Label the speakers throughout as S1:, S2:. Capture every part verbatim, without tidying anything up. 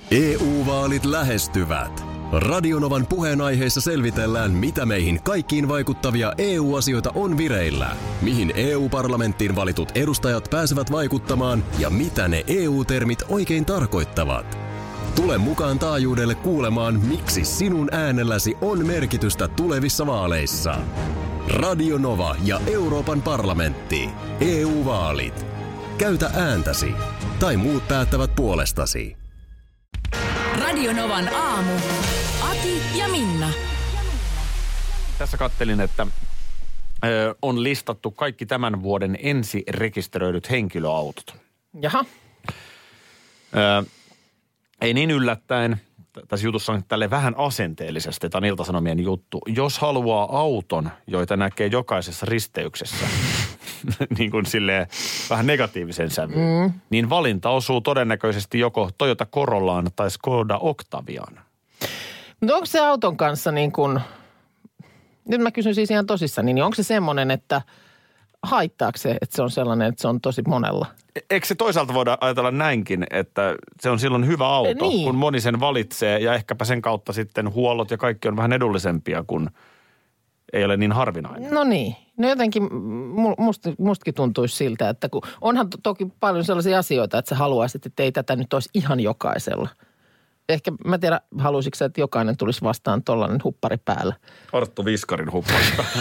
S1: E U-vaalit lähestyvät. Radionovan puheenaiheessa selvitellään, mitä meihin kaikkiin vaikuttavia E U-asioita on vireillä, mihin E U-parlamenttiin valitut edustajat pääsevät vaikuttamaan ja mitä ne E U-termit oikein tarkoittavat. Tule mukaan taajuudelle kuulemaan, miksi sinun äänelläsi on merkitystä tulevissa vaaleissa. Radio Nova ja Euroopan parlamentti. E U-vaalit. Käytä ääntäsi. Tai muut päättävät puolestasi.
S2: Radio Novan aamu. Ati ja Minna.
S3: Tässä kattelin, että ö, on listattu kaikki tämän vuoden ensi rekisteröidyt henkilöautot.
S4: Jaha.
S3: Ö, ei niin yllättäen. Tässä jutussa on tälle vähän asenteellisesti, tämä on Ilta-Sanomien juttu. Jos haluaa auton, joita näkee jokaisessa risteyksessä, niin kuin silleen vähän negatiivisen sävyyn, mm. niin valinta osuu todennäköisesti joko Toyota Corollaan tai Skoda Octaviaan.
S4: Mutta onko se auton kanssa niin kuin, nyt mä kysyn siis ihan tosissaan, niin onko se semmoinen, että haittaako se, että se on sellainen, että se on tosi monella?
S3: Eikö se toisaalta voida ajatella näinkin, että se on silloin hyvä auto, niin. kun moni sen valitsee ja ehkäpä sen kautta sitten huollot ja kaikki on vähän edullisempia, kun ei ole niin harvinainen. No
S4: niin. No jotenkin musta, mustakin tuntuisi siltä, että kun onhan to- toki paljon sellaisia asioita, että sä haluaisit, että ei tätä nyt olisi ihan jokaisella. Ehkä mä tiedän, haluaisitko sä, että jokainen tulisi vastaan tollainen huppari päällä.
S3: Arttu Viskarin huppari.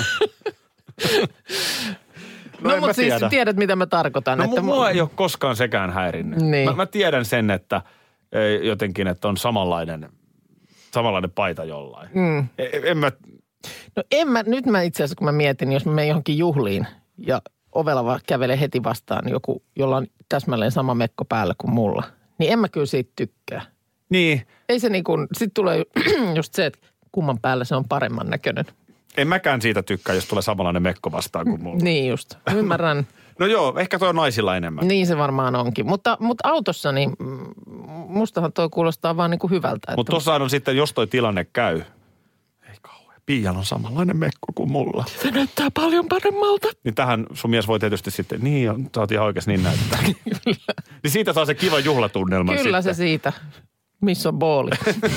S4: No, no mutta siis tiedä. Tiedät, mitä mä tarkoitan.
S3: No
S4: että
S3: mua ei ole koskaan sekään häirinnyt.
S4: Niin.
S3: Mä, mä tiedän sen, että jotenkin, että on samanlainen, samanlainen paita jollain. Mm. En, en mä...
S4: No en mä, nyt mä itse asiassa kun mä mietin, jos mä menen johonkin juhliin ja ovella kävelee heti vastaan joku, jolla on täsmälleen sama mekko päällä kuin mulla, niin en mä kyllä siitä tykkää.
S3: Niin.
S4: Ei se niin kuin, sit tulee just se, että kumman päällä se on paremman näköinen.
S3: En mäkään siitä tykkää, jos tulee samanlainen mekko vastaan kuin mulla.
S4: Niin just, ymmärrän.
S3: No joo, ehkä toi on naisilla enemmän.
S4: Niin se varmaan onkin, mutta, mutta autossa niin mustahan toi kuulostaa vaan niin kuin hyvältä.
S3: Mutta tuossa on sitten, jos toi tilanne käy, ei kauhean, Piian on samanlainen mekko kuin mulla.
S4: Se näyttää paljon paremmalta.
S3: Niin tähän sun mies voi tietysti sitten, niin sä oot ihan oikeasti niin näyttää. Kyllä. Niin siitä saa se kiva juhlatunnelma.
S4: Kyllä
S3: sitten.
S4: Se siitä. Missä on booli?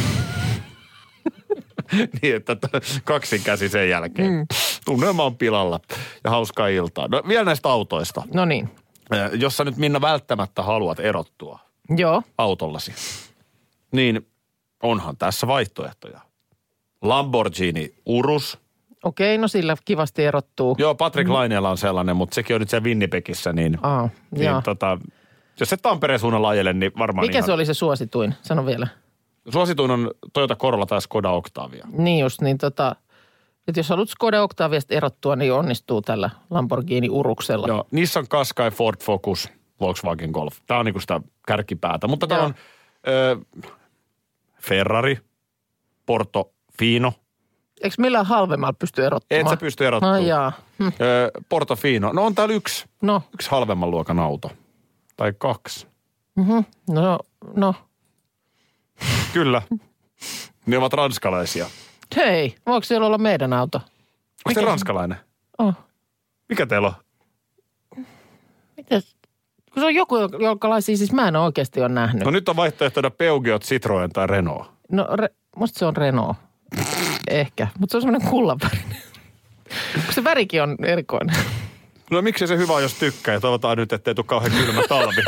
S3: Niin, että kaksin käsi sen jälkeen. Mm. Tunnelma on pilalla ja hauskaa iltaa. No vielä näistä autoista.
S4: No niin.
S3: Jos sä nyt Minna välttämättä haluat erottua
S4: Joo.
S3: autollasi, niin onhan tässä vaihtoehtoja. Lamborghini Urus.
S4: Okei, no sillä kivasti erottuu.
S3: Joo, Patrick mm. Laineella on sellainen, mutta sekin on nyt siellä Winnipegissä, niin,
S4: Aa,
S3: niin tota, jos se Tampereen suunnalla ajele, niin varmaan
S4: Mikä
S3: ihan...
S4: se oli se suosituin? Sano vielä.
S3: Suosituin on Toyota Corolla tai Skoda Octavia.
S4: Niin just, niin tota, että jos haluat Skoda Octaviasta erottua, niin onnistuu tällä Lamborghini Uruksella.
S3: Joo, Nissan Qashqai, Ford Focus, Volkswagen Golf. Tämä on niinku sitä kärkipäätä, mutta tämä on ö, Ferrari, Portofino.
S4: Eikö millään halvemmalla pysty erottumaan?
S3: Et sä pysty erottumaan.
S4: No jaa. Hm.
S3: Ö, Portofino. No on täällä yksi,
S4: no.
S3: yksi halvemman luokan auto. Tai kaksi.
S4: Mm-hmm. No, no.
S3: Kyllä. Ne ovat ranskalaisia.
S4: Hei, voiko siellä olla meidän auto?
S3: Onko se ranskalainen?
S4: Oh.
S3: Mikä teillä on?
S4: Mitäs? Kun se on joku, jolkalaisia siis mä en oikeasti ole nähnyt.
S3: No nyt on vaihtoehtona Peugeot, Citroën tai Renault.
S4: No re, musta se on Renault. Ehkä, mutta se on semmoinen kullanvärinen. Kun se värikin on erikoinen.
S3: No miksi se hyvä on, jos tykkää ja toivotaan nyt, ettei tule kauhean kylmä talvi.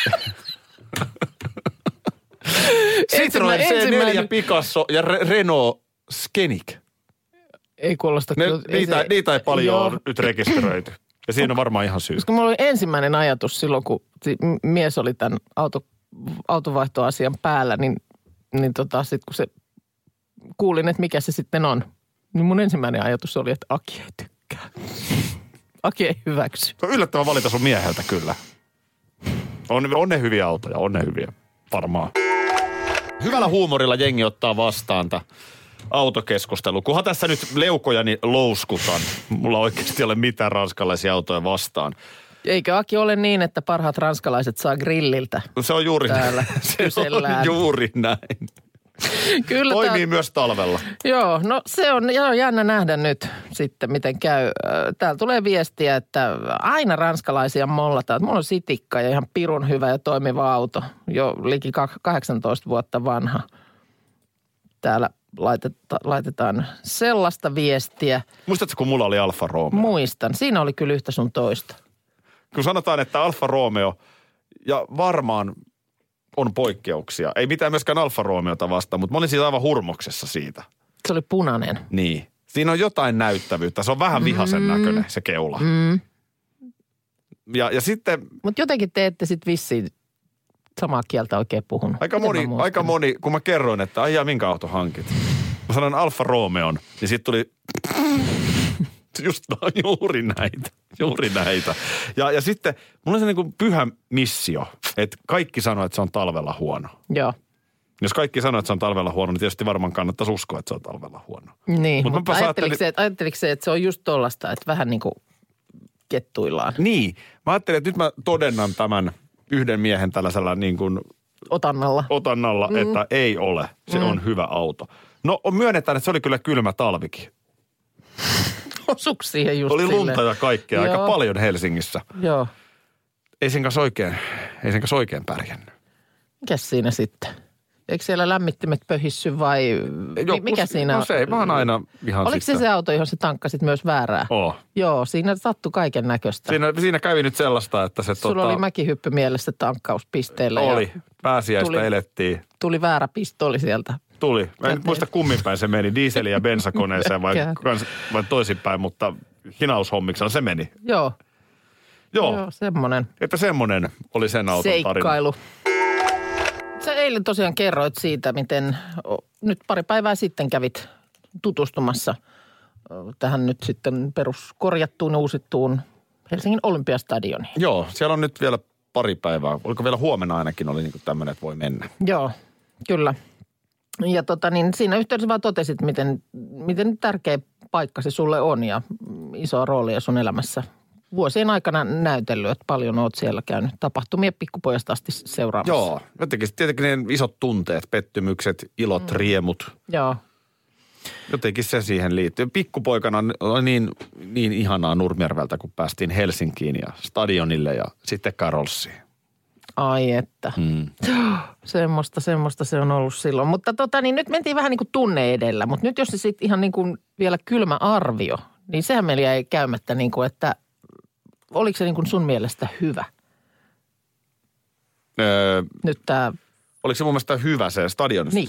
S3: Citroën C neljä Picasso ja Re- Renault Scenic.
S4: Ei kuulosta.
S3: Ne,
S4: kyllä,
S3: niitä,
S4: ei se,
S3: niitä ei paljon
S4: joo.
S3: ole nyt rekisteröity. Ja siinä on varmaan ihan syy.
S4: Koska mulla oli ensimmäinen ajatus silloin, kun mies oli tämän auto, autovaihtoasian päällä, niin, niin tota, sit kun se kuulin, että mikä se sitten on, niin mun ensimmäinen ajatus oli, että Aki ei tykkää. Aki ei hyväksy.
S3: Se on yllättävän valita sun mieheltä kyllä. On, on ne hyviä autoja, on ne hyviä. Varmaan. Hyvällä huumorilla jengi ottaa vastaan tämän autokeskustelu. Kunhan tässä nyt leukojani louskutan. Mulla oikeasti ei ole mitään ranskalaisia autoja vastaan.
S4: Eikö Aki ole niin, että parhaat ranskalaiset saa grilliltä?
S3: Se on juuri
S4: täällä
S3: se on juuri näin.
S4: Kyllä
S3: Toimii
S4: tää,
S3: myös talvella.
S4: joo, no se on, ja on jännä nähdä nyt sitten, miten käy. Täällä tulee viestiä, että aina ranskalaisia mollataan. Mulla on sitikka ja ihan pirun hyvä ja toimiva auto. Jo liki kahdeksantoista vuotta vanha. Täällä laiteta, laitetaan sellaista viestiä.
S3: Muistatko, kun mulla oli Alfa Romeo?
S4: Muistan. Siinä oli kyllä yhtä sun toista.
S3: Kun sanotaan, että Alfa Romeo, ja varmaan on poikkeuksia. Ei mitään myöskään Alfa Romeota vastaan, mutta mä olin siitä aivan hurmoksessa siitä.
S4: Se oli punainen.
S3: Niin. Siinä on jotain näyttävyyttä. Se on vähän vihasen mm. näköinen, se keula.
S4: Mm.
S3: Ja, ja sitten...
S4: Mutta jotenkin te ette sitten vissiin samaa kieltä oikein puhunut.
S3: Aika moni, aika moni, kun mä kerroin, että aijaa, minkä auto hankit? Mä sanon Alfa Romeon, niin sitten tuli just juuri näitä, juuri näitä. Ja, ja sitten mulla on se niin kuin pyhä missio, että kaikki sanoo, että se on talvella huono.
S4: Joo.
S3: Jos kaikki sanoo, että se on talvella huono, niin tietysti varmaan kannattaisi uskoa, että se on talvella huono.
S4: Niin,
S3: Mut
S4: mutta
S3: ajattelin...
S4: ajatteliko, se, että, ajatteliko se, että se on just tollasta, että vähän niin kuin kettuillaan?
S3: Niin. Mä ajattelin, että nyt mä todennan tämän yhden miehen tällaisella niin kuin
S4: Otannalla.
S3: otannalla, mm. että ei ole. Se mm. on hyvä auto. No myönnetään, että se oli kyllä kylmä talvikin.
S4: Osuuko siihen just
S3: Oli
S4: silleen?
S3: lunta ja kaikkea
S4: Joo.
S3: aika paljon Helsingissä.
S4: Joo.
S3: Ei sen kanssa oikein, ei sen kanssa oikein pärjännyt.
S4: Mikäs siinä sitten? Eikö siellä lämmittimet pöhissy vai
S3: Joo,
S4: mikä
S3: kus,
S4: siinä
S3: no
S4: on?
S3: se ei vaan aina ihan
S4: Oliko
S3: sitten.
S4: se se auto, johon se tankkasit myös väärää?
S3: Oo.
S4: Joo, siinä sattui kaiken näköistä.
S3: Siinä, siinä kävi nyt sellaista, että se
S4: Sulla
S3: tota,
S4: oli mäkihyppy mielessä tankkauspisteellä.
S3: oli.
S4: Ja
S3: Pääsiäistä
S4: tuli-
S3: elettiin.
S4: tuli väärä pistooli sieltä.
S3: Tuli. Mä en
S4: Käteen.
S3: nyt muista kummin päin se meni, diesel- ja bensakoneeseen vai, kans, vai toisinpäin, mutta hinaushommiksi se meni.
S4: Joo,
S3: Joo,
S4: joo semmoinen
S3: että semmoinen oli sen auton tarina.
S4: seikkailu. Sä eilen tosiaan kerroit siitä, miten o, nyt pari päivää sitten kävit tutustumassa o, tähän nyt sitten peruskorjattuun, uusittuun Helsingin Olympiastadioniin.
S3: Joo, siellä on nyt vielä pari päivää. Oliko vielä huomenna ainakin oli niin kuin tämmöinen, että voi mennä.
S4: Joo, kyllä. Ja tota niin, siinä yhteydessä vaan totesit, miten, miten tärkeä paikka se sulle on ja isoa roolia sun elämässä vuosien aikana näytellyt, että paljon oot siellä käynyt tapahtumia pikkupojasta asti seuraamassa.
S3: Joo, jotenkin tietenkin ne isot tunteet, pettymykset, ilot, mm. riemut.
S4: Joo.
S3: Jotenkin se siihen liittyy. Pikkupoikana oli niin, niin ihanaa Nurmijärveltä, kun päästiin Helsinkiin ja stadionille ja sitten Karolssiin.
S4: Ai että.
S3: Mm.
S4: Semmoista, semmoista se on ollut silloin. Mutta tota niin, nyt mentiin vähän niin kuin tunne edellä. Mutta nyt jos se sitten ihan niin kuin vielä kylmä arvio, niin sehän meillä jäi käymättä niin kuin, että oliko se niin kuin sun mielestä hyvä?
S3: Öö,
S4: Nyt tämä,
S3: oliko se mun mielestä hyvä se stadion?
S4: niin.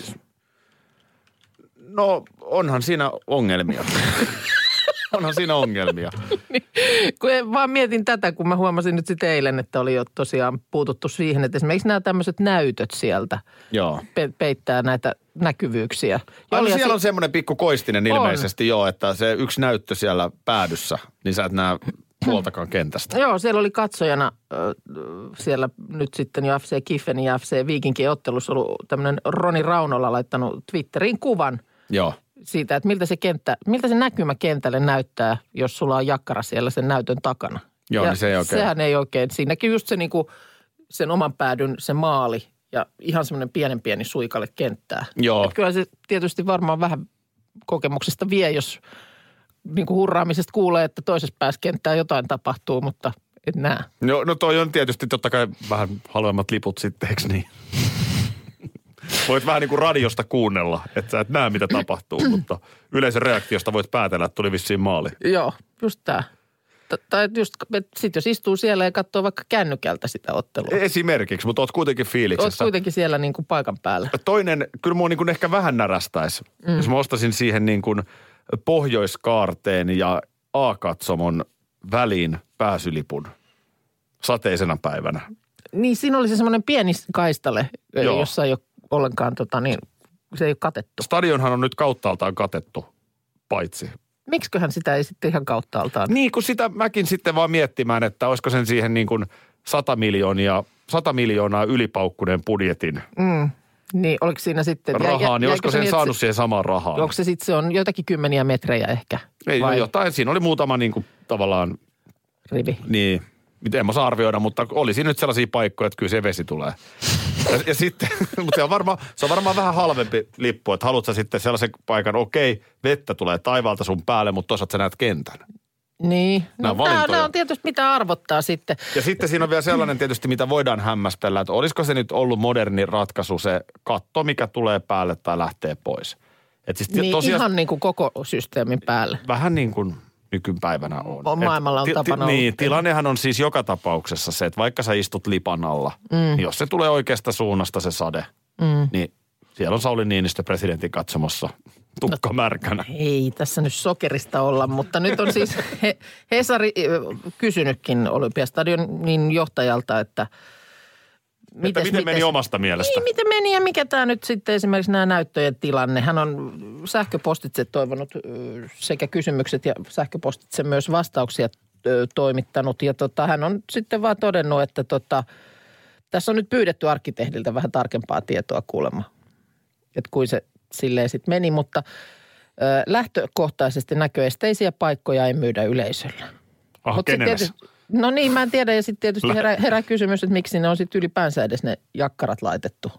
S3: No onhan siinä ongelmia. onhan siinä ongelmia.
S4: Kun vaan mietin tätä, kun mä huomasin nyt sitten eilen, että oli jo tosiaan puututtu siihen, että esimerkiksi nämä tämmöiset näytöt sieltä
S3: Joo.
S4: pe- peittää näitä näkyvyyksiä.
S3: Ai,
S4: oli
S3: siellä
S4: si-
S3: on semmoinen pikku koistinen ilmeisesti joo, että se yksi näyttö siellä päädyssä, niin sä et näe puoltakaan kentästä.
S4: Joo, siellä oli katsojana äh, siellä nyt sitten jo F C Kiffen ja F C Viikinkien ottelussa ollut tämmöinen Roni Raunola laittanut Twitteriin kuvan
S3: Joo.
S4: siitä, että miltä se, kenttä, miltä se näkymä kentälle näyttää, jos sulla on jakkara siellä sen näytön takana.
S3: Joo,
S4: ja
S3: niin se ei oikein.
S4: Sehän ei oikein. Siinäkin just se niinku, sen oman päädyn, se maali ja ihan semmoinen pienen pieni suikalle kenttää.
S3: Joo.
S4: Et kyllä se tietysti varmaan vähän kokemuksesta vie, jos niinku hurraamisesta kuulee, että toisessa päässä kenttää jotain tapahtuu, mutta et näe.
S3: No, no toi on tietysti totta kai vähän halvemmat liput sitten, eikö niin? Voit vähän niin kuin radiosta kuunnella, että sä et näe mitä tapahtuu, mutta yleisön reaktiosta voit päätellä, että tuli vissiin maali.
S4: Joo, just tämä. Tai just, sitten jos istuu siellä ja katsoo vaikka kännykältä sitä ottelua.
S3: Esimerkiksi, mutta oot kuitenkin
S4: Oot
S3: fiiliksessä.
S4: kuitenkin siellä niin kuin paikan päällä.
S3: Toinen, kyllä mua niin kuin ehkä vähän närästäisi, mm. jos mä ostasin siihen niin kuin Pohjoiskaarteen ja A-katsomon väliin pääsylipun sateisena päivänä.
S4: Niin siinä oli se semmoinen pieni kaistale,
S3: Joo.
S4: jossa ei ole ollenkaan tota niin, se ei ole katettu.
S3: Stadionhan on nyt kauttaaltaan katettu, paitsi.
S4: Miksiköhän sitä ei sitten ihan kauttaaltaan?
S3: Niin, kun sitä mäkin sitten vaan miettimään, että olisiko sen siihen niin kuin sata miljoonaa, sata miljoonaa ylipaukkuneen budjetin
S4: Mm. Niin, oliko siinä sitten...
S3: rahaa, niin olisiko sen
S4: niin,
S3: saanut
S4: se,
S3: siihen samaan rahaan?
S4: onko se sitten, se on jotakin kymmeniä metrejä ehkä?
S3: Ei,
S4: vai
S3: jotain, siinä oli muutama niin kuin tavallaan,
S4: rivi?
S3: niin, miten en mä saa arvioida, mutta oli siinä nyt sellaisia paikkoja, että kyllä se vesi tulee. Ja, ja sitten, mutta se on, varmaan, se on varmaan vähän halvempi lippu, että haluatko sitten sellaisen paikan, okei, vettä tulee taivaalta sun päälle, mutta toisaalta sä näet kentän.
S4: Niin,
S3: Nämä
S4: no tämä on tietysti mitä arvottaa sitten.
S3: Ja sitten siinä on vielä sellainen tietysti, mitä voidaan hämmästellä, että olisiko se nyt ollut moderni ratkaisu se katto, mikä tulee päälle tai lähtee pois. Et siis
S4: niin
S3: tosiaan,
S4: ihan niin kuin koko systeemin päälle.
S3: Vähän niin kuin nykypäivänä on.
S4: on maailmalla on
S3: Et,
S4: tapana
S3: ti,
S4: ollut.
S3: Niin, tilannehan on siis joka tapauksessa se, että vaikka sä istut lipan alla, mm. niin jos se tulee oikeasta suunnasta se sade, mm. niin siellä on Sauli Niinistö presidentin katsomossa tukka märkänä.
S4: Ei tässä nyt sokerista olla, mutta nyt on siis he, Hesari kysynytkin Olympiastadionin johtajalta, että
S3: Mites, että miten meni omasta mielestä?
S4: Niin, miten meni ja mikä tämä nyt sitten esimerkiksi nämä näyttöjen tilanne. Hän on sähköpostitse toivonut sekä kysymykset ja sähköpostitse myös vastauksia toimittanut. Ja tota, hän on sitten vaan todennut, että tota, tässä on nyt pyydetty arkkitehdiltä vähän tarkempaa tietoa kuulemma. Että kuin se silleen sitten meni, mutta ö, lähtökohtaisesti näköesteisiä paikkoja ei myydä yleisölle.
S3: Ah, kenenäs?
S4: No niin, mä en tiedä. Ja sitten tietysti herää, herää kysymys, että miksi ne on sitten ylipäänsä edes ne jakkarat laitettu.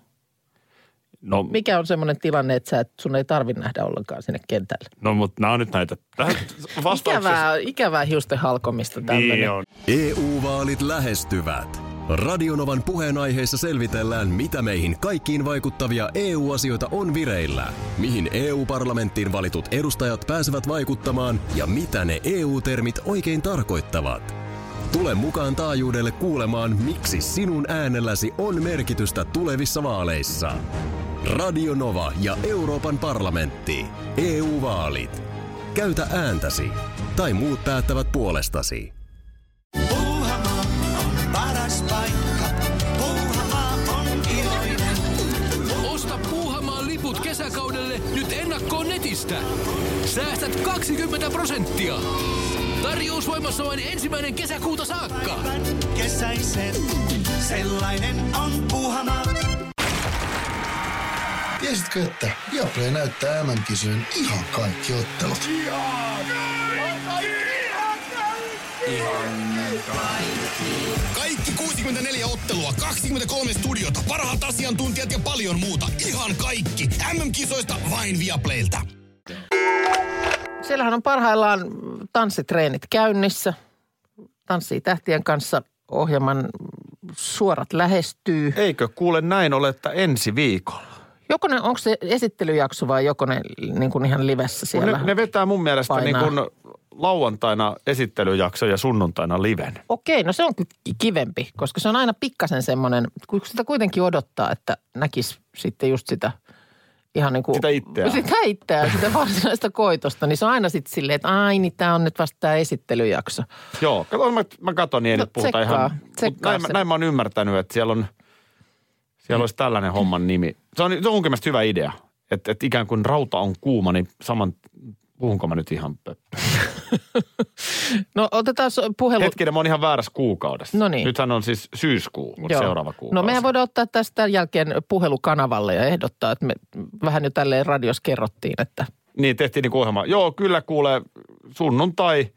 S4: No, mikä on semmoinen tilanne, että sä et, sun ei tarvitse nähdä ollenkaan sinne kentälle?
S3: No, mutta nämä on nyt näitä
S4: ikävää, ikävää hiusten halkomista tämmöinen.
S3: Niin on.
S1: E U-vaalit lähestyvät. Radionovan puheenaiheessa selvitellään, mitä meihin kaikkiin vaikuttavia E U-asioita on vireillä, mihin E U-parlamenttiin valitut edustajat pääsevät vaikuttamaan ja mitä ne E U-termit oikein tarkoittavat. Tule mukaan taajuudelle kuulemaan, miksi sinun äänelläsi on merkitystä tulevissa vaaleissa. Radio Nova ja Euroopan parlamentti. E U-vaalit. Käytä ääntäsi. Tai muut päättävät puolestasi.
S5: Puuhamaa on paras paikka. Puuhamaa on iloinen.
S6: Osta Puuhamaan liput kesäkaudelle nyt ennakkoon netistä. Säästät kaksikymmentä prosenttia. Tarjous voimassa vain ensimmäinen kesäkuuta saakka.
S5: Kesäisen, sellainen on Puuhamaa.
S7: Tiesitkö, että Viaplay näyttää M M-kisojen ihan kaikki ottelut?
S8: Kaikki kuusikymmentäneljä ottelua, kaksikymmentäkolme studiota, parhaat asiantuntijat ja paljon muuta. Ihan kaikki. M M-kisoista vain Viaplaylta.
S4: Siellähän on parhaillaan tanssitreenit käynnissä. Tanssii tähtien kanssa ohjelman suorat lähestyy.
S3: Eikö kuule näin ole, että ensi viikolla?
S4: Joko ne, onko se esittelyjakso vai joko ne niin kuin ihan livessä siellä?
S3: Ne, ne vetää mun mielestä niin kuin lauantaina esittelyjakso ja sunnuntaina liven.
S4: Okei, no se on kivempi, koska se on aina pikkasen semmoinen, kun sitä kuitenkin odottaa, että näkisi sitten just sitä ihan niin kuin
S3: sitä itseään.
S4: Sitä itseään, sitä varsinaista koitosta, niin se on aina sitten silleen, että ai niin tämä on nyt vasta tämä esittelyjakso.
S3: Joo, kato, mä, mä katon niin,
S4: no,
S3: että puhutaan
S4: tsekkaa,
S3: ihan,
S4: tsekkaa
S3: näin, näin mä oon ymmärtänyt, että siellä on, siellä olisi tällainen homman nimi. Se on, se on munkin mielestä hyvä idea, että, että ikään kuin rauta on kuuma, niin saman, puhunko mä nyt ihan pöppö?
S4: No otetaan puhelu.
S3: Hetkinen, mä oon ihan väärässä kuukaudessa.
S4: No niin.
S3: Nythän on siis syyskuu, mutta
S4: Joo.
S3: seuraava kuukausi.
S4: No mehän voidaan ottaa tästä jälkeen puhelukanavalle ja ehdottaa, että me vähän jo tälleen radios kerrottiin, että.
S3: Niin, tehtiin niin ohjelma. Joo, kyllä kuulee sunnuntai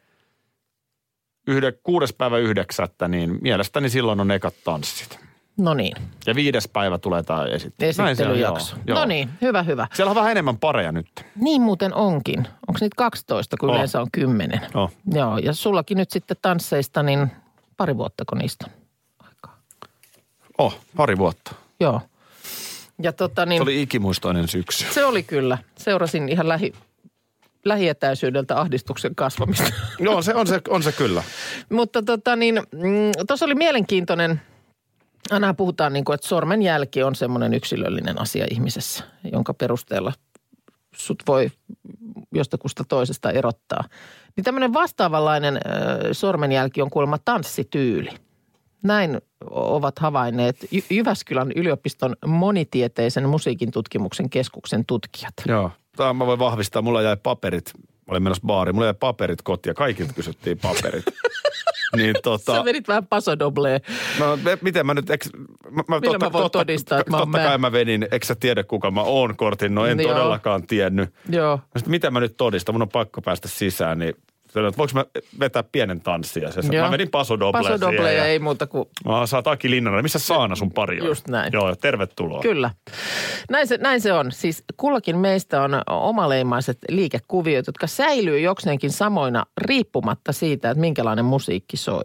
S3: yhde, kuudes päivä yhdeksättä, niin mielestäni silloin on ekat tanssit.
S4: No niin.
S3: Ja viides päivä tulee tämä esittely.
S4: Esittelyjakso. No niin, hyvä, hyvä.
S3: Siellä on vähän enemmän pareja nyt.
S4: Niin muuten onkin. Onko niitä kaksitoista, kun oh. yleensä on kymmenen?
S3: Oh.
S4: Joo, ja sullakin nyt sitten tansseista, niin pari vuottako niistä on aikaa?
S3: Oh, pari vuotta.
S4: Joo. Ja tota niin.
S3: Se oli ikimuistoinen syksy.
S4: Se oli kyllä. Seurasin ihan lähi, lähietäisyydeltä ahdistuksen kasvamista.
S3: Joo, se on se, on se kyllä.
S4: Mutta tota niin, mm, tuossa oli mielenkiintoinen. Aina puhutaan niin kuin, että sormenjälki on semmoinen yksilöllinen asia ihmisessä, jonka perusteella sut voi jostakusta toisesta erottaa. Niin tämmöinen vastaavanlainen äh, sormenjälki on kuulemma tanssityyli. Näin ovat havainneet Jy- Jyväskylän yliopiston monitieteisen musiikin tutkimuksen keskuksen tutkijat.
S3: Joo, tämä mä voin vahvistaa. Mulla jäi paperit, mä olin menossa baariin, mulla jäi paperit kotiin ja kaikilta kysyttiin paperit. Niin tota.
S4: Sä vedit vähän pasodobleen.
S3: No miten mä nyt, eks, mä, mä,
S4: Millä
S3: totta,
S4: mä voin
S3: totta,
S4: todistaa, että mä oon
S3: totta
S4: mä.
S3: kai mä vedin, eikö sä tiedä kuka mä oon kortin? No en
S4: Joo.
S3: todellakaan tiennyt.
S4: Joo.
S3: Sitten, mitä mä nyt todistan? Mun on pakko päästä sisään, niin Sanoin, että voinko mä vetää pienen tanssin? Ja se sanoi,
S4: Joo.
S3: mä vedin Paso Doble
S4: Paso Doble
S3: siihen
S4: ja
S3: ja
S4: ei muuta kuin...
S3: Mä sä oot Aki Linnanen. Missä Saana sun pari on?
S4: Just näin.
S3: Joo, tervetuloa.
S4: Kyllä. Näin se, näin se on. Siis kullakin meistä on omaleimaiset liikekuviot, jotka säilyy jokseenkin samoina riippumatta siitä, että minkälainen musiikki soi.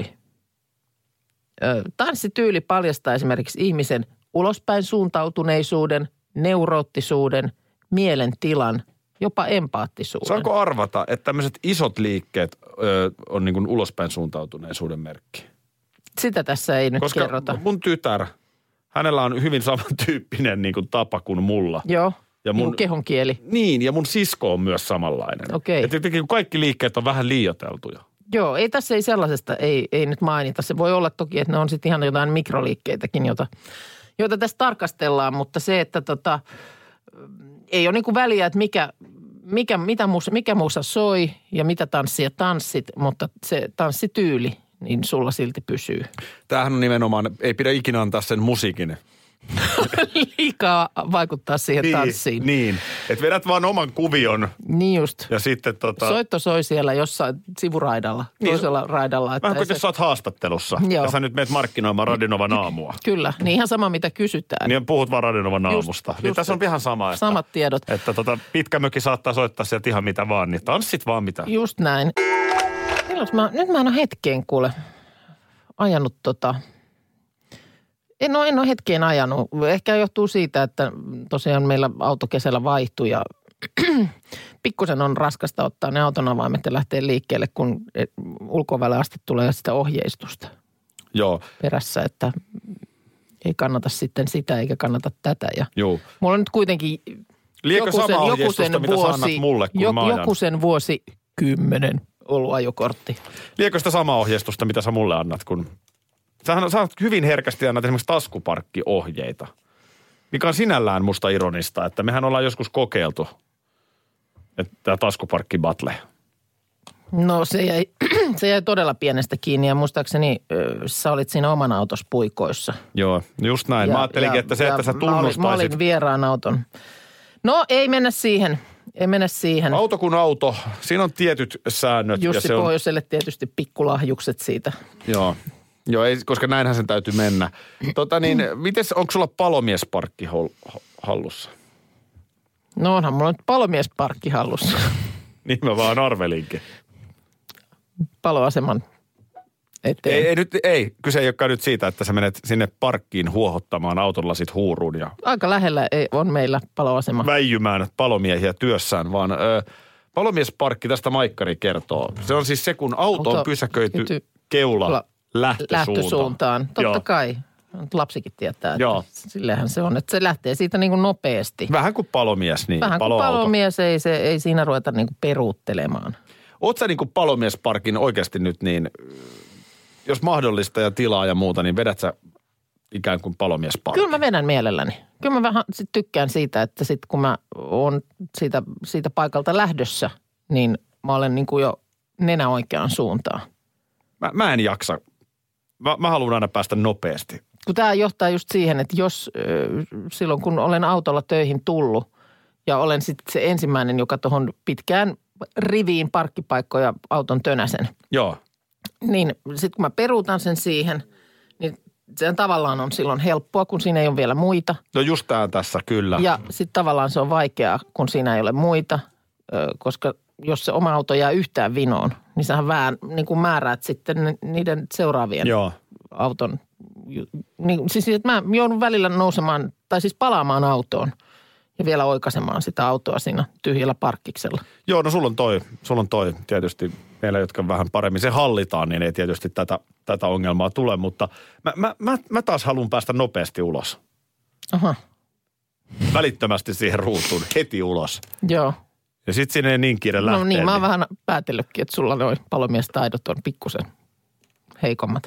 S4: Ö, tanssityyli paljastaa esimerkiksi ihmisen ulospäin suuntautuneisuuden, neuroottisuuden, mielentilan, jopa empaattisuuden.
S3: Saanko arvata, että tämmöiset isot liikkeet ö, on niin kuin ulospäin suuntautuneisuuden merkki?
S4: Sitä tässä ei nyt
S3: Koska
S4: kerrota.
S3: mun tytär, hänellä on hyvin samantyyppinen niin kuin tapa kuin mulla.
S4: Joo,
S3: Ja
S4: mun,
S3: mun,
S4: kehon kieli.
S3: Niin, ja mun sisko on myös samanlainen.
S4: Okei.
S3: Että jotenkin kaikki liikkeet on vähän liioiteltuja.
S4: Joo, ei tässä ei sellaisesta, ei, ei nyt mainita. Se voi olla toki, että ne on sitten ihan jotain mikroliikkeitäkin, joita, joita tässä tarkastellaan, mutta se, että tota, ei ole niin kuin väliä, että mikä, mikä, mitä musa, mikä musa soi ja mitä tanssia tanssit, mutta se tanssityyli, niin sulla silti pysyy.
S3: Tämähän on nimenomaan, ei pidä ikinä antaa sen musiikin.
S4: Liikaa vaikuttaa siihen tanssiin.
S3: Niin, että vedät vaan oman kuvion
S4: Niin just.
S3: ja sitten tota...
S4: Soitto soi siellä jossain sivuraidalla,
S3: Niin,
S4: toisella raidalla. Että
S3: Vähän kuin
S4: se,
S3: jos sä oot haastattelussa
S4: Joo.
S3: ja sä nyt meet markkinoimaan Radionovan aamua.
S4: kyllä, niin ihan sama mitä kysytään.
S3: Niin puhut vaan Radionovan
S4: Just-
S3: aamusta. Niin
S4: just-
S3: tässä on ihan sama, että,
S4: Samat tiedot.
S3: että tota, pitkä möki saattaa soittaa sieltä ihan mitä vaan, niin tanssit vaan mitä.
S4: Just näin. Milloin mä, nyt mä en ole hetkeen kuule ajanut tota, en ole, en ole hetkeen ajanut. Ehkä johtuu siitä, että tosiaan meillä auto kesällä vaihtui ja pikkusen on raskasta ottaa ne auton avaimet ja lähteä liikkeelle, kun ulkovälle asti tulee sitä ohjeistusta
S3: Joo,
S4: perässä, että ei kannata sitten sitä eikä kannata tätä. Ja
S3: juu.
S4: mulla on nyt kuitenkin
S3: Liekö sama ohjeistusta, mitä sä annat mulle, kun mä ajan?
S4: joku sen vuosi kymmenen ollut ajokortti.
S3: Liekö sitä samaa ohjeistusta, mitä sä mulle annat, kun... Sähän sä hyvin herkästi annat esimerkiksi taskuparkkiohjeita, mikä on sinällään musta ironista, että mehän ollaan joskus kokeiltu, että tämä taskuparkki-battle.
S4: No se jäi, se jäi todella pienestä kiinni ja muistaakseni ö, sä olit siinä oman autos puikoissa.
S3: Joo, just näin. Mä ajattelinkin, että se, että sä
S4: mä olin, mä
S3: tunnustaisit...
S4: olin vieraan auton. No ei mennä siihen, ei mennä siihen.
S3: Auto kuin auto, siinä on tietyt säännöt.
S4: Jussi
S3: ja se on,
S4: Pohjoiselle tietysti pikkulahjukset siitä.
S3: Joo, joo ei, koska näinhän sen täytyy mennä. Tota niin, mites, onko sulla palomiesparkki hol- hallussa?
S4: No onhan mulla nyt palomiesparkki hallussa.
S3: Niin mä vaan arvelinkin.
S4: Paloaseman eteen.
S3: Ei, ei nyt, ei. Kyse ei olekaan nyt siitä, että sä menet sinne parkkiin huohottamaan auton lasit huuruun ja
S4: Aika lähellä ei, on meillä paloasema.
S3: väijymään palomiehiä työssään, vaan ö, palomiesparkki tästä Maikkari kertoo. Se on siis se, kun auto on
S4: Auto
S3: pysäköity
S4: pyty-
S3: keula
S4: La-
S3: lähtösuuntaan.
S4: lähtösuuntaan. Totta
S3: Joo.
S4: kai. Lapsikin tietää, että
S3: Joo.
S4: sillähän se on. Että se lähtee siitä niin kuin nopeasti.
S3: Vähän kuin palomies, niin
S4: Vähän kuin
S3: paloauto.
S4: palomies, ei, se, ei siinä ruveta niin kuin peruuttelemaan.
S3: Oot sä niin kuin palomiesparkin oikeasti nyt niin, jos mahdollista ja tilaa ja muuta, niin vedät sä ikään kuin palomiesparkin?
S4: Kyllä mä vedän mielelläni. Kyllä mä vähän sit tykkään siitä, että sit kun mä oon siitä, siitä paikalta lähdössä, niin mä olen niin kuin jo nenä oikeaan suuntaan.
S3: Mä, mä en jaksa. Mä, mä haluan aina päästä nopeasti.
S4: Kun tämä johtaa just siihen, että jos äh, silloin kun olen autolla töihin tullut ja olen sitten se ensimmäinen, joka tuohon pitkään riviin parkkipaikkoja auton tönäsen,
S3: Joo.
S4: niin sitten kun mä peruutan sen siihen, niin se tavallaan on silloin helppoa, kun siinä ei ole vielä muita.
S3: No just tää tässä, kyllä.
S4: Ja sitten tavallaan se on vaikeaa, kun siinä ei ole muita, ö, koska jos se oma auto jää yhtään vinoon, niin sähän vähän niin kuin määräät sitten niiden seuraavien
S3: Joo.
S4: auton. Niin, siis että mä joudun välillä nousemaan, tai siis palaamaan autoon ja vielä oikaisemaan sitä autoa siinä tyhjällä parkkiksella.
S3: Joo, no sulla on toi, sulla on toi tietysti. Meillä, jotka vähän paremmin se hallitaan, niin ei tietysti tätä, tätä ongelmaa tule, mutta mä, mä, mä, mä taas haluan päästä nopeasti ulos.
S4: Aha,
S3: Välittömästi siihen ruutuun, heti ulos.
S4: joo.
S3: Ja sit sinne ei niin kiire lähtee.
S4: No niin, mä oon vähän päätellytkin, että sulla noi palomiestaidot on pikkusen heikommat.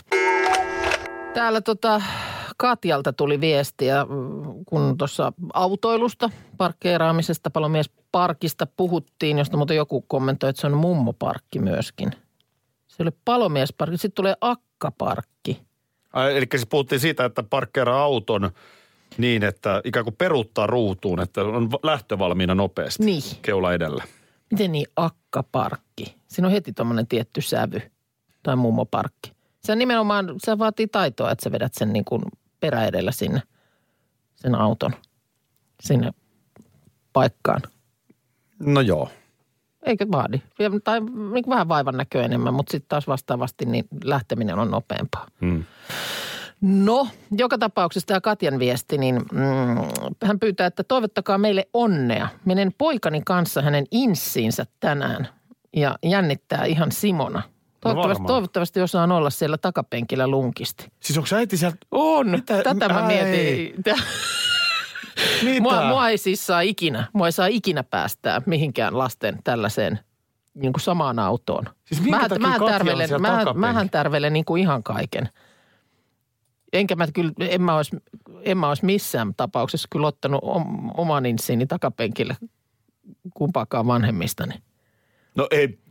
S4: Täällä tota Katjalta tuli viestiä, kun tuossa autoilusta, parkkeeraamisesta, palomiesparkista puhuttiin, josta muuten joku kommentoi, että se on mummoparkki myöskin. Se oli palomiesparkki, sitten tulee akkaparkki.
S3: Ai, eli siis puhuttiin siitä, että parkkeeraa auton niin, että ikään kuin peruuttaa ruutuun, että on lähtövalmiina nopeasti.
S4: Niin.
S3: Keula edellä.
S4: Miten niin akkaparkki? Siinä on heti tommonen tietty sävy. Tai mummoparkki. Se on nimenomaan, se vaatii taitoa, että sä vedät sen niin kuin peräedellä sinne, sen auton, sinne paikkaan.
S3: No joo.
S4: Eikö vaadi? Tai niin kuin vähän vaivan näkö enemmän, mutta sitten taas vastaavasti niin lähteminen on nopeampaa.
S3: Hmm.
S4: No, joka tapauksessa tämä Katjan viesti, niin mm, hän pyytää, että toivottakaa meille onnea. Menen poikani kanssa hänen inssiinsä tänään ja jännittää ihan Simona. Toivottavasti,
S3: No
S4: toivottavasti osaan olla siellä takapenkillä lunkisti.
S3: Siis onko äiti sieltä?
S4: On.
S3: Mitä?
S4: Tätä mä
S3: Ai.
S4: mietin.
S3: Mitä?
S4: Mua, mua ei siis saa ikinä, mua ei saa ikinä päästää mihinkään lasten tällaiseen niin kuin samaan autoon.
S3: Siis minkä
S4: Mähän-
S3: takia
S4: mähän
S3: Katja on
S4: tärvelen,
S3: siellä
S4: mähän,
S3: takapenkillä?
S4: mähän tärvelen niin kuin ihan kaiken. Enkä mä kyllä, en mä olisi, en mä olisi missään tapauksessa kyllä ottanut om, oman inssiini takapenkille kumpaakaan vanhemmistani.
S3: No ei.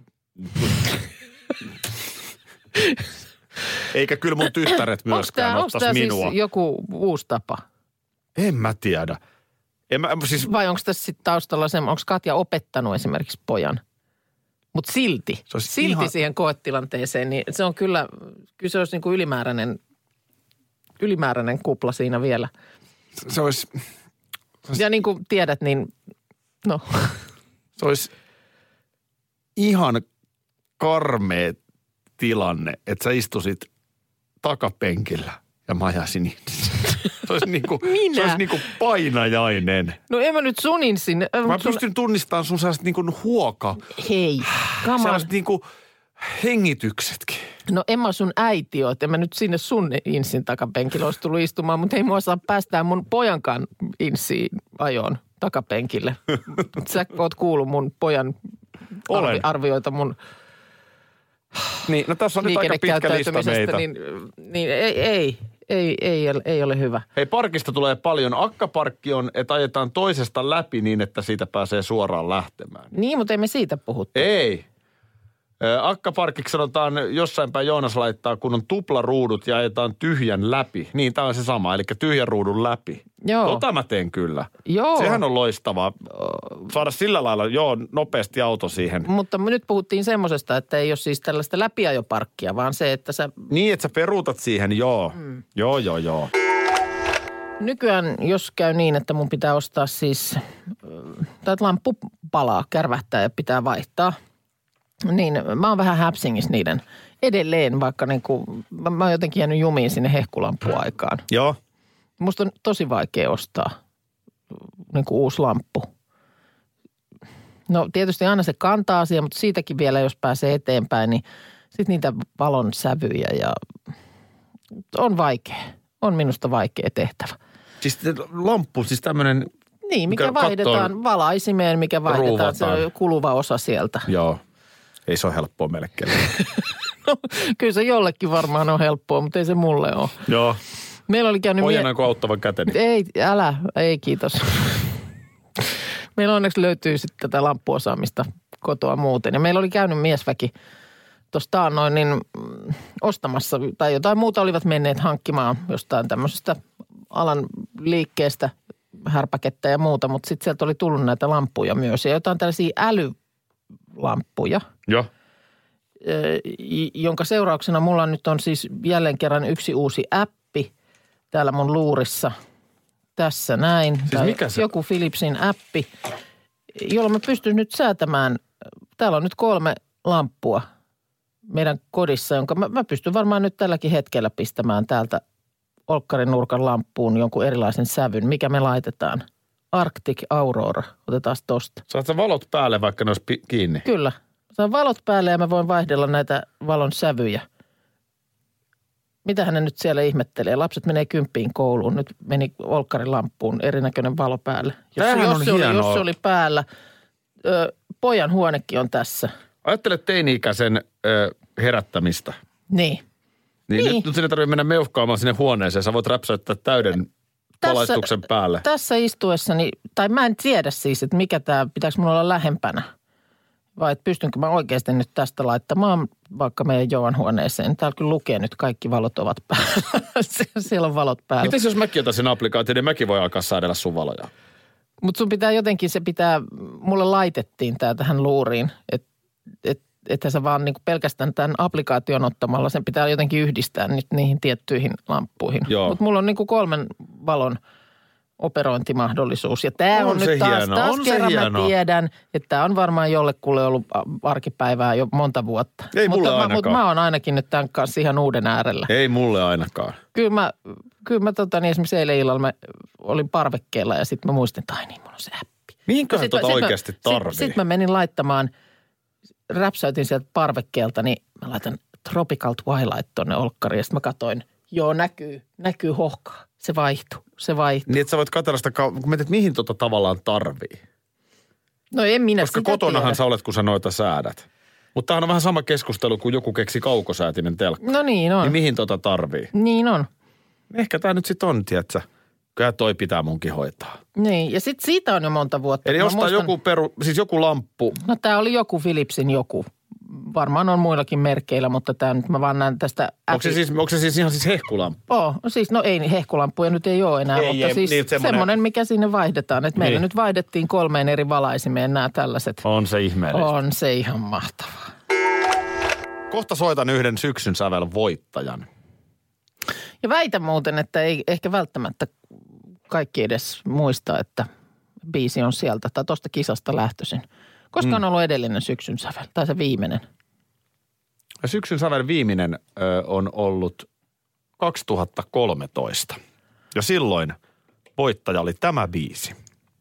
S3: Eikä kyllä mun tyttäret
S4: Onko
S3: myöskään
S4: tämä
S3: ottaisi minua.
S4: siis joku uusi tapa?
S3: En mä tiedä. En mä, siis,
S4: Vai onko tässä sitten taustalla se, onko Katja opettanut esimerkiksi pojan? Mutta silti,
S3: Se olisi
S4: silti
S3: ihan-
S4: siihen koetilanteeseen, niin se on kyllä, kyllä se olisi niin kuin ylimääräinen, ylimääräinen kupla siinä vielä.
S3: se olisi,
S4: Ja niin kuin tiedät, niin no,
S3: se olisi ihan karmea tilanne, että sä istusit takapenkillä ja mä ajaisin itse. Se olisi niinku,
S4: Minä?
S3: se olisi niinku painajainen.
S4: no en mä nyt sunin sinne. äh,
S3: Mä
S4: mut sun-
S3: pystyn tunnistamaan sun sellaiset niinku huoka,
S4: Hei, come on.
S3: sellaiset niinku hengityksetkin.
S4: No en mä sun äiti ole, että en mä nyt sinne sun insin takapenkillä olisi tullut istumaan, mutta ei mua saa päästää mun pojankaan insiin ajoon takapenkille. Sä oot kuullut mun pojan arvi,
S3: Olen.
S4: arvioita mun
S3: Niin, no tässä on nyt aika pitkä lista
S4: liikennekäyttäytymisestä,
S3: meitä.
S4: niin, niin ei, ei, ei, ei, ole- ei ole hyvä.
S3: Hei, parkista tulee paljon. Akkaparkki on, että ajetaan toisesta läpi niin, että siitä pääsee suoraan lähtemään.
S4: Niin, mutta ei me siitä puhuttu.
S3: Ei. Ö, Akkaparkiksi sanotaan jossain päin Joonas laittaa, kun on tuplaruudut ja ajetaan tyhjän läpi. Niin, tämä on se sama, eli tyhjän ruudun läpi.
S4: Joo.
S3: Tota mä teen kyllä.
S4: Joo.
S3: Sehän on loistavaa. Saada sillä lailla, joo, nopeasti auto siihen.
S4: Mutta nyt puhuttiin semmosesta, että ei ole siis tällaista läpiajoparkkia, vaan se, että sä
S3: Niin, että sä peruutat siihen, joo. Mm. Joo, joo, joo.
S4: nykyään, jos käy niin, että mun pitää ostaa siis, äh, tai että lamppu palaa, kärvähtää ja pitää vaihtaa, niin mä oon vähän häpsingissä niiden edelleen, vaikka niin kuin, mä, mä oon jotenkin jäänyt jumiin sinne hehkulampuaikaan.
S3: Joo.
S4: Musta on tosi vaikea ostaa niin kuin uusi lamppu. No tietysti aina se kanta-asia, mutta siitäkin vielä, jos pääsee eteenpäin, niin sitten niitä valon sävyjä ja on vaikea. On minusta vaikea tehtävä.
S3: Siis lamppu, siis tämmöinen,
S4: Niin, mikä,
S3: Mikä
S4: vaihdetaan
S3: kattoon
S4: valaisimeen, mikä vaihdetaan, se
S3: ruuvataan.
S4: on kuluva osa sieltä.
S3: joo. Ei se ole helppoa meille kellään.
S4: No, kyllä se jollekin varmaan on helppoa, mutta ei se mulle ole.
S3: Joo.
S4: Meillä oli käynyt...
S3: Ojennan kuin auttavan käteni.
S4: Ei, älä, ei kiitos. Meillä onneksi löytyy sitten tätä lamppuosaamista kotoa muuten. Ja meillä oli käynyt miesväki tuossa taannoin niin mm, ostamassa, tai jotain muuta olivat menneet hankkimaan jostain tämmöisestä alan liikkeestä, härpäkettä ja muuta, mutta sitten sieltä oli tullut näitä lamppuja myös. Ja jotain tällaisia älylamppuja,
S3: Joo.
S4: ö, jonka seurauksena mulla nyt on siis jälleen kerran yksi uusi appi täällä mun luurissa. Tässä näin.
S3: Siis
S4: Tai
S3: mikä se-
S4: joku Philipsin appi, jolla mä pystyn nyt säätämään. Täällä on nyt kolme lamppua meidän kodissa, jonka mä, mä pystyn varmaan nyt tälläkin hetkellä pistämään täältä olkkarin nurkan lamppuun jonkun erilaisen sävyn. Mikä me laitetaan? Arctic Aurora. Otetaan tosta.
S3: Saat sä valot päälle, vaikka ne olisi pi- kiinni.
S4: Kyllä. Saan valot päälle ja mä voin vaihdella näitä valon sävyjä. Mitähän ne nyt siellä ihmettelee? Lapset menee kymppiin kouluun. Nyt meni olkkarin lamppuun erinäköinen valo päälle. Jos,
S3: Tämähän
S4: jos,
S3: on
S4: se oli, jos
S3: hienoa.
S4: se oli päällä. Ö, pojan huonekin on tässä.
S3: Ajattele teini-ikäisen ö, herättämistä.
S4: Niin.
S3: Niin,
S4: Niin.
S3: Nyt, nyt sinne tarvitsee mennä meuhkaamaan sinne huoneeseen. Sä voit räpsäyttää täyden valaistuksen päälle.
S4: Tässä istuessani, tai mä en tiedä siis, että mikä tämä, pitääkö mulla olla lähempänä. Vai että pystynkö mä oikeasti nyt tästä laittamaan vaikka meidän Joan huoneeseen. Täällä kyllä lukee nyt, kaikki valot ovat päällä. Siellä on valot päällä.
S3: Miten jos mäkin otan sen applikaation, niin mäkin voi alkaa säädellä sun valoja?
S4: Mutta sun pitää jotenkin, se pitää, mulle laitettiin tää tähän luuriin, että et, että sä vaan niinku pelkästään tämän applikaation ottamalla, sen pitää jotenkin yhdistää nyt niihin tiettyihin lamppuihin. Mutta mulla on niinku kolmen valon operointimahdollisuus. Ja tämä on, on nyt taas,
S3: hieno.
S4: taas
S3: on
S4: kerran
S3: hieno.
S4: mä tiedän, että tämä on varmaan jollekulle ollut arkipäivää jo monta vuotta.
S3: Ei mulle
S4: mutta
S3: ainakaan.
S4: Mä, mutta mä oon ainakin nyt tämän kanssa ihan uuden äärellä.
S3: Ei mulle ainakaan.
S4: Kyllä mä, kyllä mä tota, niin esimerkiksi eilen illalla mä olin parvekkeella ja sitten mä muistin, että ai niin, mulla on se appi.
S3: Mihinköhän tota oikeasti tarvii?
S4: Sitten sit mä menin laittamaan, räpsäytin sieltä parvekkeelta, niin mä laitan Tropical Twilight tonne olkkariin ja sitten mä katsoin, joo näkyy, näkyy hohkaa. Se vaihtuu, se vaihtuu.
S3: Niin, että sä voit katsella sitä, kun mietit, mihin tota tavallaan tarvii.
S4: No en minä
S3: Koska
S4: sitä
S3: kotonahan
S4: tiedä.
S3: sä olet, kun sä noita säädät. Mutta tämähän on vähän sama keskustelu, kun joku keksi kaukosäätinen telkka.
S4: No niin on.
S3: Niin mihin tota tarvii?
S4: Niin on.
S3: Ehkä tää nyt sit on, tietsä. Kyllä toi pitää munkin hoitaa.
S4: Niin, ja sitten siitä on jo monta vuotta.
S3: Eli
S4: Mä
S3: ostaa
S4: muistan,
S3: joku peru, siis joku lamppu.
S4: No tämä oli joku Philipsin joku. Varmaan on muillakin merkeillä, mutta tämä nyt mä vaan näen tästä.
S3: Onko se, siis, onko se siis ihan siis hehkulamppu?
S4: Oh, siis no ei, hehkulampuja nyt ei ole enää,
S3: Ei,
S4: mutta
S3: ei,
S4: siis
S3: niin, semmoinen-
S4: semmoinen, mikä sinne vaihdetaan. Että meillä
S3: Niin.
S4: nyt vaihdettiin kolmeen eri valaisimeen nämä tällaiset.
S3: On se ihmeellistä.
S4: On se ihan mahtavaa.
S3: Kohta soitan yhden syksyn sävel voittajan.
S4: Ja väitän muuten, että ei ehkä välttämättä kaikki edes muista, että biisi on sieltä tai tuosta kisasta lähtöisin. Koska on ollut edellinen syksyn sävel, tai se viimeinen.
S3: Syksyn sävel viimeinen ö, on ollut kaksituhattakolmetoista. Ja silloin voittaja oli tämä biisi.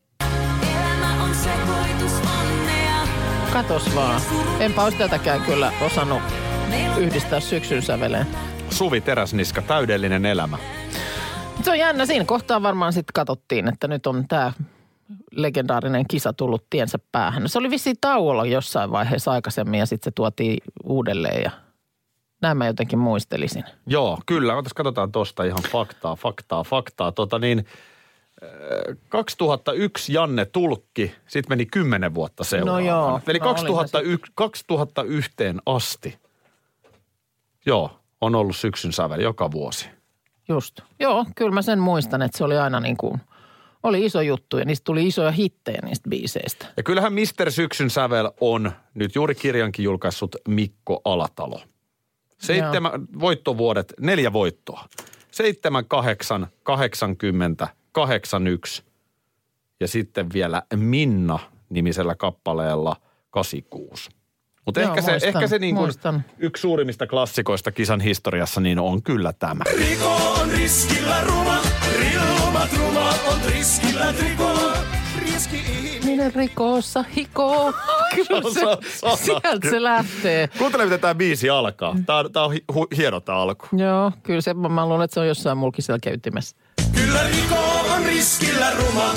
S4: Katos vaan. Enpä olisi tätäkään kyllä osannut yhdistää syksyn säveleen.
S3: Suvi Teräsniska, Täydellinen elämä.
S4: Se on jännä. Siinä kohtaa varmaan sitten katsottiin, että nyt on tämä legendaarinen kisa tullut tiensä päähän. Se oli vissiin tauolla jossain vaiheessa aikaisemmin ja sitten se tuotiin uudelleen ja näin mä jotenkin muistelisin.
S3: Joo, kyllä. Otas katsotaan tosta ihan faktaa, faktaa, faktaa. Tota niin, äh, kaksituhattayksi Janne Tulkki, sitten meni kymmenen vuotta seuraavana.
S4: No joo.
S3: Eli
S4: no
S3: kaksituhattayksi, kaksituhattayksi asti, joo, on ollut syksyn sävel joka vuosi.
S4: Just. Joo, kyllä mä sen muistan, että se oli aina niin kuin, oli iso juttu ja niistä tuli isoja hittejä niistä biiseistä.
S3: Ja kyllähän mister Syksyn sävel on nyt juuri kirjankin julkaissut Mikko Alatalo. Seitsemän voittovuodet, neljä voittoa. Seitsemän, kahdeksan, kahdeksankymmentä, kahdeksan, yksi ja sitten vielä Minna-nimisellä kappaleella kahdeksankymmentäkuusi. Mutta
S4: Joo,
S3: ehkä se,
S4: muistan,
S3: ehkä se niin kuin
S4: muistan.
S3: yksi suurimmista klassikoista kisan historiassa niin on kyllä tämä.
S5: Riko on riskillä ruma, rillumat ruma on riskillä triko. Riski
S4: Minä rikossa hikoo. Kyllä se,
S3: Sana.
S4: sieltä se lähtee.
S3: Kuuntele, miten tämä biisi alkaa. Tämä on, tää on hi- hu- hieno tämä alku.
S4: Joo, kyllä se, mä luulen, että se on jossain mulkin selkeytimessä.
S5: Kyllä Riko on riskillä ruma.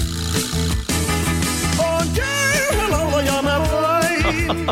S5: On köyhä laulaja mä vain.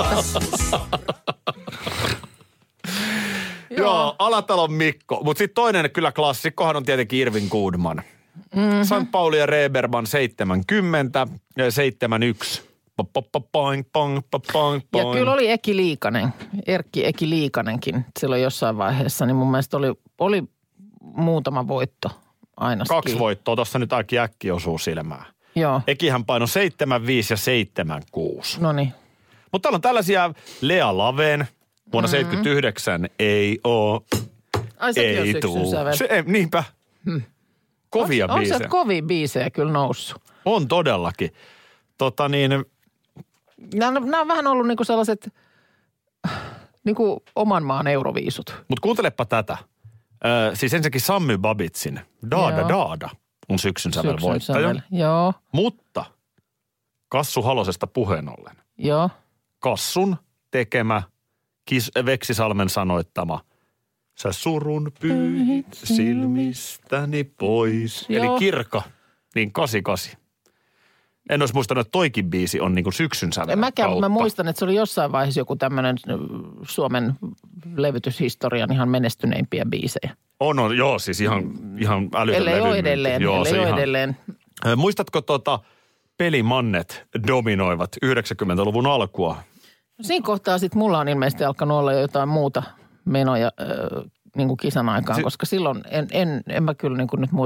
S3: Joo, Alatalon Mikko. Mutta sitten toinen kyllä klassikkohan on tietenkin Irvin Goodman. Mm-hmm. Sankt Pauli ja Reberman seitsemänkymmentä ja seitsemänkymmentäyksi. Pa, pa, pa, pang, pang, pa, pang,
S4: Ja
S3: pang.
S4: kyllä oli Eki Liikanen, Erkki Eki Liikanenkin silloin jossain vaiheessa, niin mun mielestä oli, oli muutama voitto ainakin.
S3: Kaksi voittoa, tuossa nyt aika äkki osuu silmään.
S4: Joo,
S3: Ekihän paino seitsemänkymmentäviisi ja seitsemänkymmentäkuusi.
S4: no niin.
S3: Mutta täällä on tällaisia Lea Laven vuonna mm-hmm. seitsemänkymmentäyhdeksän. Ei oo,
S4: Ai sekin on
S3: ei
S4: syksyn
S3: tuu.
S4: sävel.
S3: Se, ei, niinpä. Hmm. Kovia
S4: on, on
S3: biisejä.
S4: se kovia biisejä kyllä noussut.
S3: On todellakin. Tota niin,
S4: Nämä, nämä on vähän ollut niinku sellaiset niinku oman maan euroviisut.
S3: mutta kuuntelepa tätä. Ö, siis ensinnäkin Sammy Babitsin Daada
S4: Joo.
S3: Daada on syksyn sävel
S4: Syksyn
S3: voittaja.
S4: sävel. Joo,
S3: Mutta Kassu Halosesta puheen ollen.
S4: joo.
S3: Kassun tekemä, Kis, Veksisalmen sanoittama, sä surun pyyhit silmistäni pois.
S4: Joo.
S3: Eli Kirka, niin kahdeksankymmentäkahdeksan. En olisi muistanut, että toikin biisi on niin kuin syksyn sävel
S4: En mäkään, mutta
S3: kautta.
S4: mä muistan, että se oli jossain vaiheessa joku tämmöinen Suomen levytyshistorian ihan menestyneimpiä biisejä.
S3: On, on, joo, siis ihan, ihan älytön
S4: Ellei ole
S3: levymyynti.
S4: edelleen,
S3: Joo,
S4: ellei
S3: se
S4: ole
S3: ihan-
S4: edelleen.
S3: Ö, Muistatko tota pelimannet dominoivat yhdeksänkymmentäluvun alkua?
S4: No siinä kohtaa sitten mulla on ilmeisesti alkanut olla jo jotain muuta menoja äh, niin kuin kisan aikaan,
S3: Si-
S4: koska silloin en, en, en mä kyllä niin kuin nyt muista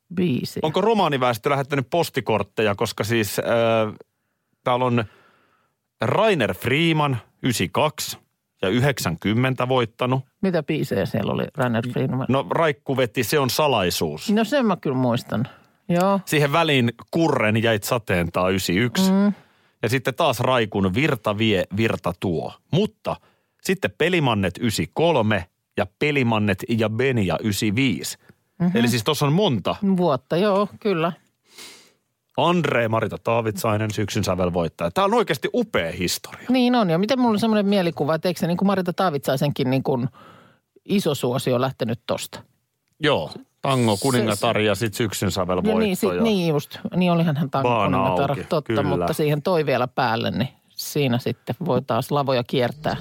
S4: biisiä.
S3: Onko romaaniväestö lähettänyt postikortteja, koska siis äh, täällä on Rainer Freeman yhdeksänkymmentäkaksi ja yhdeksänkymmentä voittanut.
S4: Mitä biisejä siellä oli, Rainer Freeman?
S3: No Raikku veti, se on salaisuus.
S4: No sen mä kyllä muistan, joo.
S3: Siihen väliin Kurren jäit sateentaa yhdeksänkymmentäyksi. Mm. Ja sitten taas Raikun Virta vie, virta tuo. Mutta sitten Pelimannet yhdeksänkymmentäkolme ja Pelimannet ja Benja yhdeksänkymmentäviisi. Mm-hmm. Eli siis tuossa on monta.
S4: Vuotta, joo, kyllä.
S3: Andre Marita Taavitsainen, syksyn sävelvoittaja. Tämä on oikeasti upea historia.
S4: Niin on, ja miten mulla on semmoinen mielikuva, että eikö se niin kuin Marita Taavitsaisenkin niin kuin iso suosio lähtenyt tosta?
S3: Joo, Tango kuningatar ja sitten syksyn sävelvoittaja.
S4: Niin, sit, niin just, niin olihan hän Tango kuningatar, auki, totta, kyllä. Mutta siihen toi vielä päälle, niin siinä sitten voi taas lavoja kiertää.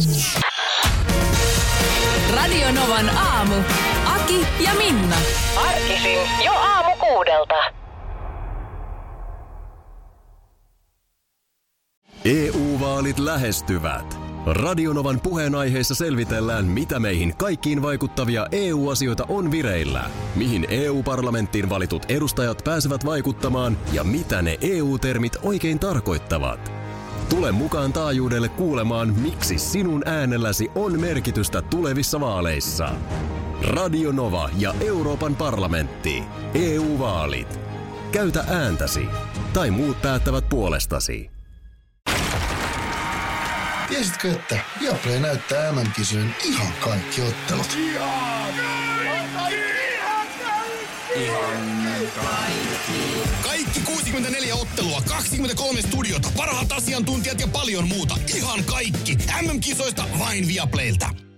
S2: Radio Novan aamu. Aki ja Minna.
S9: Arkisin jo aamu kuudelta.
S1: E U-vaalit lähestyvät. Radio Novan puheenaiheessa selvitellään, mitä meihin kaikkiin vaikuttavia E U-asioita on vireillä, mihin E U-parlamenttiin valitut edustajat pääsevät vaikuttamaan ja mitä ne E U-termit oikein tarkoittavat. Tule mukaan taajuudelle kuulemaan, miksi sinun äänelläsi on merkitystä tulevissa vaaleissa. Radio Nova ja Euroopan parlamentti. E U-vaalit. Käytä ääntäsi. Tai muut päättävät puolestasi.
S7: Tiesitkö, että Viaplay näyttää M M-kisojen ihan kaikki ottelut?
S8: Kaikki kuusikymmentäneljä ottelua, kaksikymmentäkolme studiota, parhaat asiantuntijat ja paljon muuta. Ihan kaikki. M M-kisoista vain Viaplaylta.